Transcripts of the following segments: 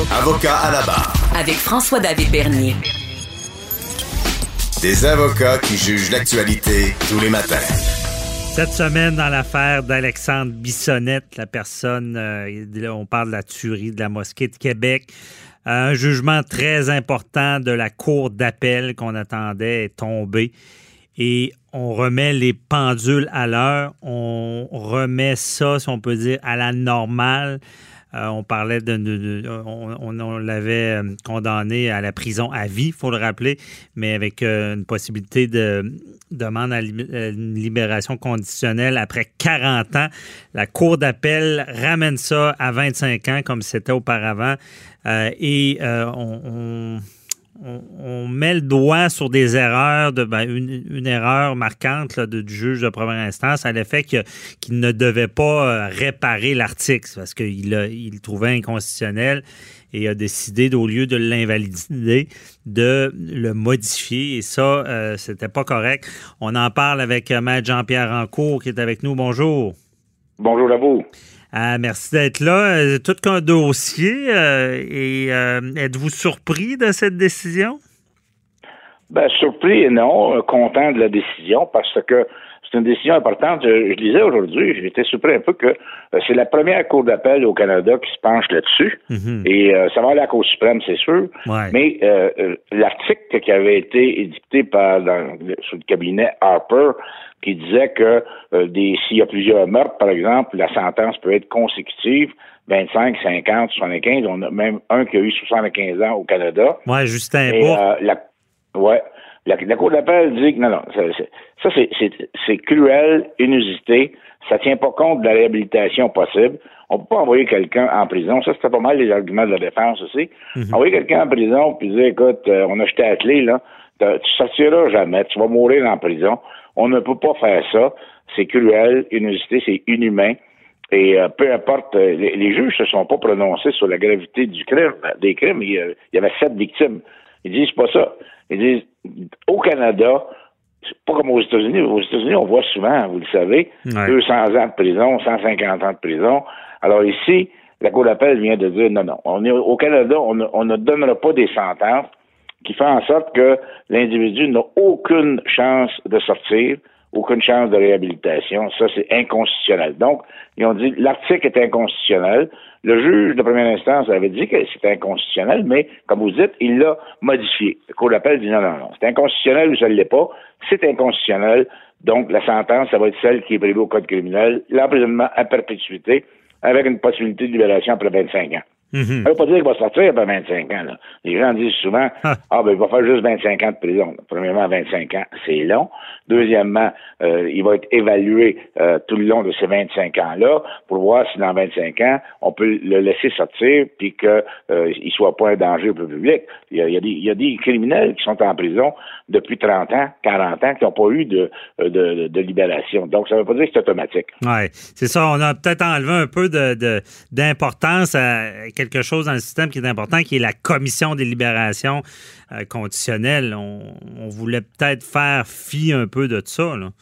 Avocat à la barre. Avec François-David Bernier. Des avocats qui jugent l'actualité tous les matins. Cette semaine, dans l'affaire d'Alexandre Bissonnette, la personne, on parle de la tuerie de la mosquée de Québec, un jugement très important de la cour d'appel qu'on attendait est tombé. Et on remet les pendules à l'heure, on remet ça, si on peut dire, à la normale. On parlait on l'avait condamné à la prison à vie, il faut le rappeler, mais avec une possibilité de demande à une libération conditionnelle après 40 ans. La Cour d'appel ramène ça à 25 ans comme c'était auparavant et on met le doigt sur des erreurs, une erreur marquante là, du juge de première instance à l'effet qu'il ne devait pas réparer l'article parce qu'il le trouvait inconstitutionnel et a décidé, au lieu de l'invalider, de le modifier. Et ça, c'était pas correct. On en parle avec Maître Jean-Pierre Rancourt qui est avec nous. Bonjour. Bonjour à vous. Merci d'être là. Tout qu'un dossier. Êtes-vous surpris de cette décision? Ben, surpris et non. Content de la décision parce que c'est une décision importante. Je disais aujourd'hui, j'étais surpris un peu que c'est la première cour d'appel au Canada qui se penche là-dessus. Mm-hmm. Et ça va aller à la Cour suprême, c'est sûr. Ouais. Mais l'article qui avait été édicté sur le cabinet Harper qui disait que s'il y a plusieurs meurtres, par exemple, la sentence peut être consécutive, 25, 50, 75. On a même un qui a eu 75 ans au Canada. Oui, Justin Bourque. La Cour d'appel dit que non, c'est cruel, inusité, ça tient pas compte de la réhabilitation possible. On peut pas envoyer quelqu'un en prison. Ça, c'était pas mal les arguments de la défense aussi. Mm-hmm. Envoyer quelqu'un en prison puis dire, écoute, on a jeté à la clé, là, tu sortiras jamais, tu vas mourir en prison. On ne peut pas faire ça. C'est cruel, inusité, c'est inhumain. Et peu importe, les juges se sont pas prononcés sur la gravité des crimes. Il y avait 7 victimes. Ils disent pas ça. Ils disent, au Canada, c'est pas comme aux États-Unis. Aux États-Unis, on voit souvent, vous le savez, 200 ans de prison, 150 ans de prison. Alors ici, la Cour d'appel vient de dire, non. Au Canada, on ne donnera pas des sentences qui font en sorte que l'individu n'a aucune chance de sortir, aucune chance de réhabilitation. Ça, c'est inconstitutionnel. Donc, ils ont dit, l'article est inconstitutionnel. Le juge de première instance avait dit que c'était inconstitutionnel, mais, comme vous dites, il l'a modifié. La Cour d'appel dit non. C'est inconstitutionnel ou ça ne l'est pas. C'est inconstitutionnel. Donc, la sentence, ça va être celle qui est prévue au Code criminel, l'emprisonnement à perpétuité, avec une possibilité de libération après 25 ans. Mm-hmm. Ça veut pas dire qu'il va sortir après 25 ans. Là. Les gens disent souvent, il va faire juste 25 ans de prison. Premièrement, 25 ans, c'est long. Deuxièmement, il va être évalué tout le long de ces 25 ans-là pour voir si dans 25 ans, on peut le laisser sortir puis qu'il soit pas un danger au public. Il y a des criminels qui sont en prison depuis 30 ans, 40 ans, qui n'ont pas eu de libération. Donc, ça veut pas dire que c'est automatique. Oui, c'est ça. On a peut-être enlevé un peu d'importance à quelque chose dans le système qui est important, qui est la commission des libérations conditionnelles. On voulait peut-être faire fi un peu de ça, là.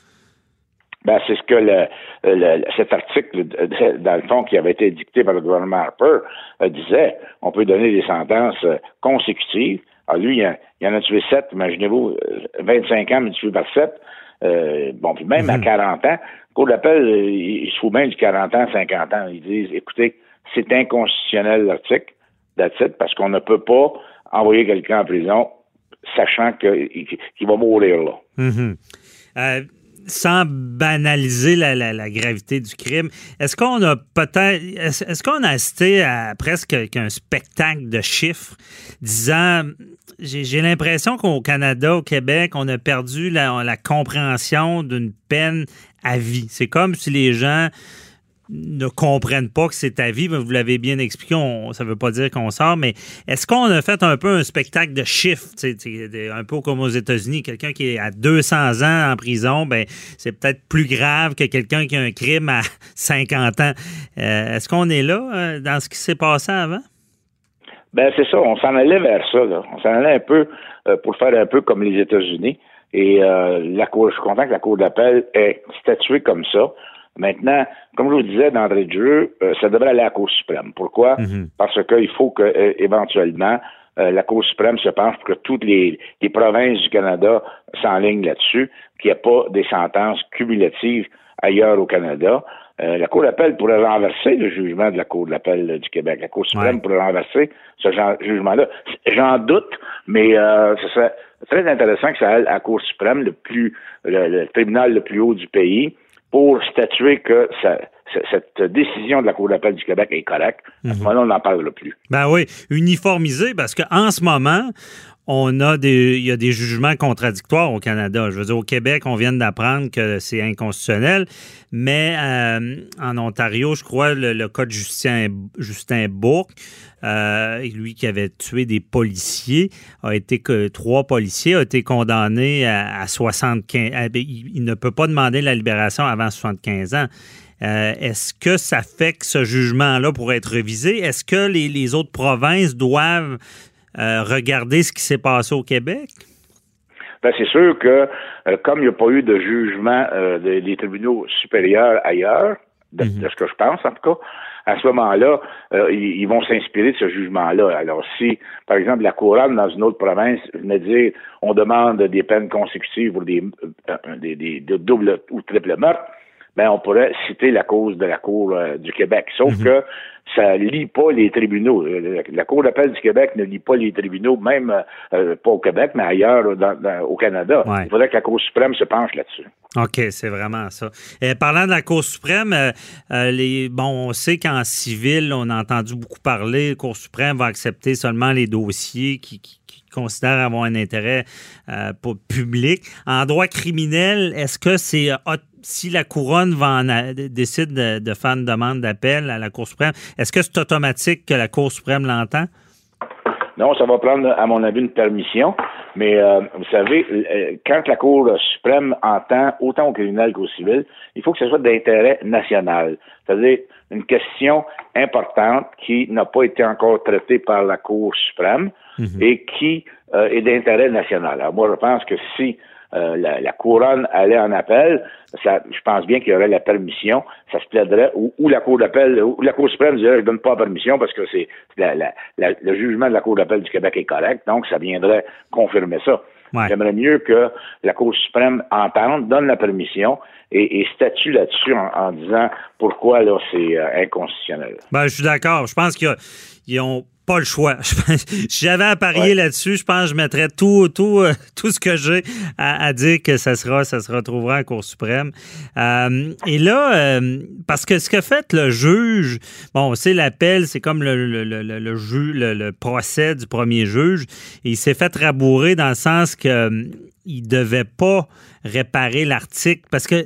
Ben, c'est ce que cet article, dans le fond, qui avait été dicté par le gouvernement Harper, disait. On peut donner des sentences consécutives. Alors, lui, il y en a tué 7, imaginez-vous, 25 ans multiplié par 7. Puis même à 40 ans, Cour d'appel, il se fout bien du 40 ans, 50 ans. Ils disent, écoutez, c'est inconstitutionnel l'article, parce qu'on ne peut pas envoyer quelqu'un en prison sachant qu'il va mourir là. Mm-hmm. Sans banaliser la gravité du crime, est-ce qu'on a assisté à presque un spectacle de chiffres disant, j'ai l'impression qu'au Canada, au Québec, on a perdu la compréhension d'une peine à vie. C'est comme si les gens ne comprennent pas que c'est à vie. Vous l'avez bien expliqué, ça ne veut pas dire qu'on sort, mais est-ce qu'on a fait un peu un spectacle de chiffres, un peu comme aux États-Unis, quelqu'un qui est à 200 ans en prison, c'est peut-être plus grave que quelqu'un qui a un crime à 50 ans. Est-ce qu'on est là dans ce qui s'est passé avant? Ben c'est ça, on s'en allait vers ça, là. On s'en allait un peu pour faire un peu comme les États-Unis. Et je suis content que la Cour d'appel ait statué comme ça. Maintenant, comme je vous disais d'entrée de jeu, ça devrait aller à la Cour suprême. Pourquoi? Parce qu'il faut que éventuellement la Cour suprême se penche pour que toutes les provinces du Canada s'enlignent là-dessus, qu'il n'y ait pas des sentences cumulatives ailleurs au Canada. La Cour d'appel pourrait renverser le jugement de la Cour d'appel du Québec. La Cour suprême pourrait renverser ce jugement-là. J'en doute, mais ce serait très intéressant que ça aille à la Cour suprême, le tribunal le plus haut du pays, pour statuer que cette décision de la Cour d'appel du Québec est correcte. À ce moment-là, on n'en parlera plus. Ben oui, uniformiser, parce qu'en ce moment, il y a des jugements contradictoires au Canada. Je veux dire, au Québec, on vient d'apprendre que c'est inconstitutionnel, mais en Ontario, je crois, le cas de Justin Bourque, lui qui avait tué des policiers, 3 policiers, a été condamné à 75 ans. Il ne peut pas demander la libération avant 75 ans. Est-ce que ça fait que ce jugement-là pourrait être révisé? Est-ce que les autres provinces doivent regarder ce qui s'est passé au Québec? Ben, c'est sûr que, comme il n'y a pas eu de jugement des tribunaux supérieurs ailleurs, de ce que je pense en tout cas, à ce moment-là, ils vont s'inspirer de ce jugement-là. Alors, si, par exemple, la couronne dans une autre province venait dire on demande des peines consécutives pour des doubles ou triples meurtres, ben on pourrait citer la cause de la Cour du Québec. Sauf que ça lie pas les tribunaux. La Cour d'appel du Québec ne lie pas les tribunaux, même pas au Québec, mais ailleurs au Canada. Ouais. Il faudrait que la Cour suprême se penche là-dessus. OK, c'est vraiment ça. Parlant de la Cour suprême, on sait qu'en civil, on a entendu beaucoup parler, la Cour suprême va accepter seulement les dossiers qui considèrent avoir un intérêt public. En droit criminel, est-ce que c'est si la couronne décide de faire une demande d'appel à la Cour suprême, est-ce que c'est automatique que la Cour suprême l'entend? Non, ça va prendre, à mon avis, une permission. Mais vous savez, quand la Cour suprême entend autant au criminel qu'au civil, il faut que ce soit d'intérêt national. C'est-à-dire une question importante qui n'a pas été encore traitée par la Cour suprême et qui est d'intérêt national. Alors moi, je pense que si la couronne allait en appel, je pense bien qu'il y aurait la permission, ça se plaiderait, ou la Cour d'appel, ou la Cour suprême dirait je donne pas la permission parce que c'est le jugement de la Cour d'appel du Québec est correct, donc ça viendrait confirmer ça. Ouais. J'aimerais mieux que la Cour suprême entende, donne la permission et statue là-dessus en disant pourquoi là c'est inconstitutionnel. Ben, je suis d'accord. Je pense qu'ils ont pas le choix. Si j'avais à parier là-dessus, je pense que je mettrais tout ce que j'ai à dire que ça se retrouvera en Cour suprême. Et là, parce que ce que fait le juge, bon, c'est l'appel, c'est comme le procès du premier juge, et il s'est fait rabourer dans le sens que il devait pas réparer l'article, parce que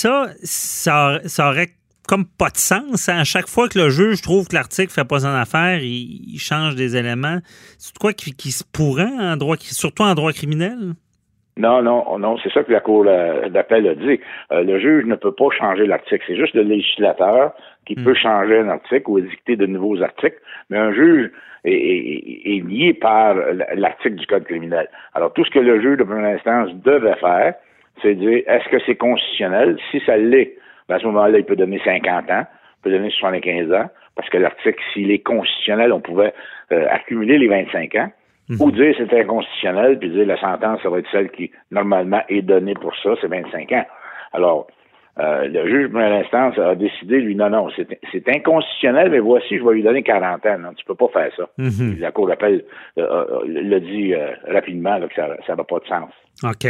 ça aurait comme pas de sens. À chaque fois que le juge trouve que l'article fait pas son affaire, il change des éléments. C'est quoi qui se pourrait surtout en droit criminel? Non, c'est ça que la Cour d'appel a dit. Le juge ne peut pas changer l'article. C'est juste le législateur qui peut changer un article ou édicter de nouveaux articles, mais un juge est lié par l'article du Code criminel. Alors, tout ce que le juge de première instance devait faire, c'est dire, est-ce que c'est constitutionnel? Si ça l'est, ben à ce moment-là, il peut donner 50 ans, il peut donner 75 ans, parce que l'article, s'il est constitutionnel, on pouvait accumuler les 25 ans, ou dire c'est inconstitutionnel, puis dire la sentence, ça va être celle qui, normalement, est donnée pour ça, c'est 25 ans. Alors, le juge de première instance a décidé, lui, non, c'est inconstitutionnel, mais voici, je vais lui donner 40 ans. Non, tu peux pas faire ça. La Cour d'appel l'a dit rapidement là, que ça n'a pas de sens. OK.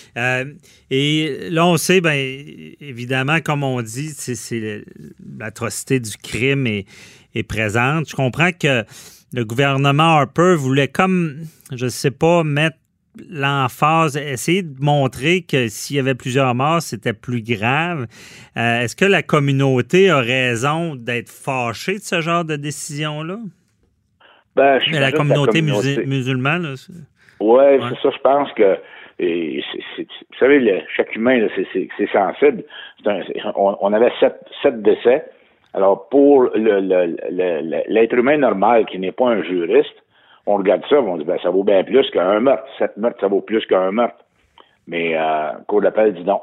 Et là, on sait, bien, évidemment, comme on dit, c'est l'atrocité du crime est présente. Je comprends que le gouvernement Harper voulait comme, je sais pas, mettre l'emphase, essayer de montrer que s'il y avait plusieurs morts, c'était plus grave. Est-ce que la communauté a raison d'être fâchée de ce genre de décision-là? Ben, la communauté musulmane, là? Oui, c'est ça, je pense que vous savez, chaque humain, là, c'est sensible. On avait 7 décès. Alors, pour l'être humain normal qui n'est pas un juriste, on regarde ça, on dit, ben, ça vaut bien plus qu'un meurtre. 7 meurtres, ça vaut plus qu'un meurtre. Mais, Cour d'appel dit non.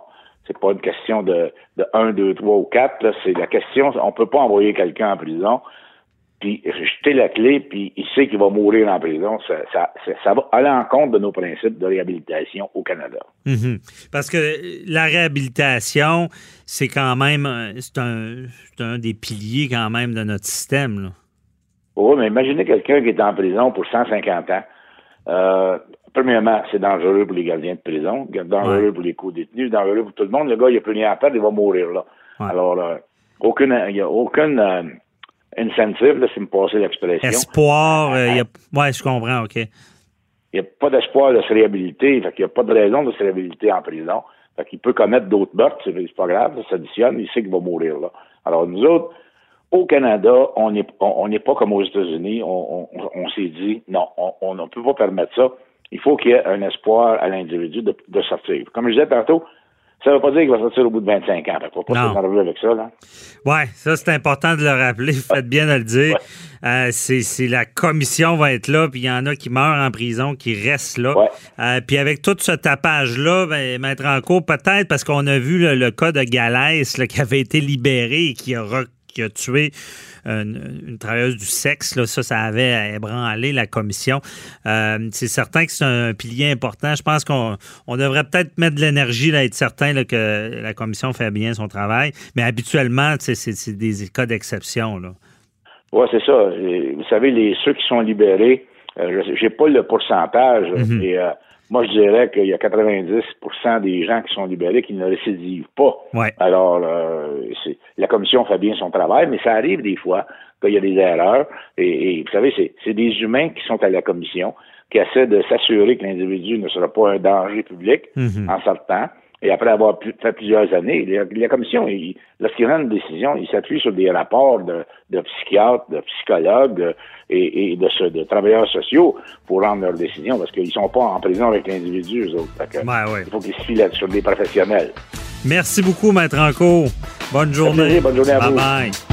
c'est pas une question de 1, 2, 3 ou 4. Là, c'est la question, on peut pas envoyer quelqu'un en prison, puis jeter la clé, puis il sait qu'il va mourir en prison. Ça va à l'encontre de nos principes de réhabilitation au Canada. Mm-hmm. Parce que la réhabilitation, c'est quand même c'est un des piliers quand même de notre système, là. Oui, mais imaginez quelqu'un qui est en prison pour 150 ans. Premièrement, c'est dangereux pour les gardiens de prison, dangereux pour les co-détenus, dangereux pour tout le monde. Le gars, il n'a plus rien à perdre, il va mourir là. Ouais. Alors, il n'y a aucune incentive, là, si me passez l'expression. Espoir, oui, je comprends, OK. Il n'y a pas d'espoir de se réhabiliter, fait qu'il n'y a pas de raison de se réhabiliter en prison. Fait qu'il peut commettre d'autres meurtres, c'est pas grave, ça s'additionne, il sait qu'il va mourir là. Alors, nous autres, au Canada, on n'est pas comme aux États-Unis. On s'est dit, non, on ne peut pas permettre ça. Il faut qu'il y ait un espoir à l'individu de sortir. Comme je disais tantôt, ça ne veut pas dire qu'il va sortir au bout de 25 ans. Il ne faut pas s'énerver avec ça, là. Oui, ça, c'est important de le rappeler. Vous faites bien de le dire. Ouais. C'est la commission va être là, puis il y en a qui meurent en prison, qui restent là. Ouais. Puis avec tout ce tapage-là, mettre en cours, peut-être, parce qu'on a vu le cas de Galès là, qui avait été libéré et qui a tué une travailleuse du sexe. Là, ça avait ébranlé la commission. C'est certain que c'est un pilier important. Je pense qu'on devrait peut-être mettre de l'énergie à être certain là, que la commission fait bien son travail. Mais habituellement, c'est des cas d'exception. Oui, c'est ça. Vous savez, ceux qui sont libérés, j'ai pas le pourcentage, mais moi, je dirais qu'il y a 90% des gens qui sont libérés qui ne récidivent pas. Ouais. Alors, la commission fait bien son travail, mais ça arrive des fois qu'il y a des erreurs. Et vous savez, c'est des humains qui sont à la commission, qui essaient de s'assurer que l'individu ne sera pas un danger public en sortant. Et après avoir fait plusieurs années, la commission, lorsqu'il rend une décision, il s'appuie sur des rapports de psychiatres, de psychologues et de travailleurs sociaux pour rendre leur décision, parce qu'ils ne sont pas en prison avec l'individu, eux autres. Il faut qu'ils se fient sur des professionnels. Merci beaucoup, Maître Anco. Bonne journée. Bonne journée à vous. Bye-bye.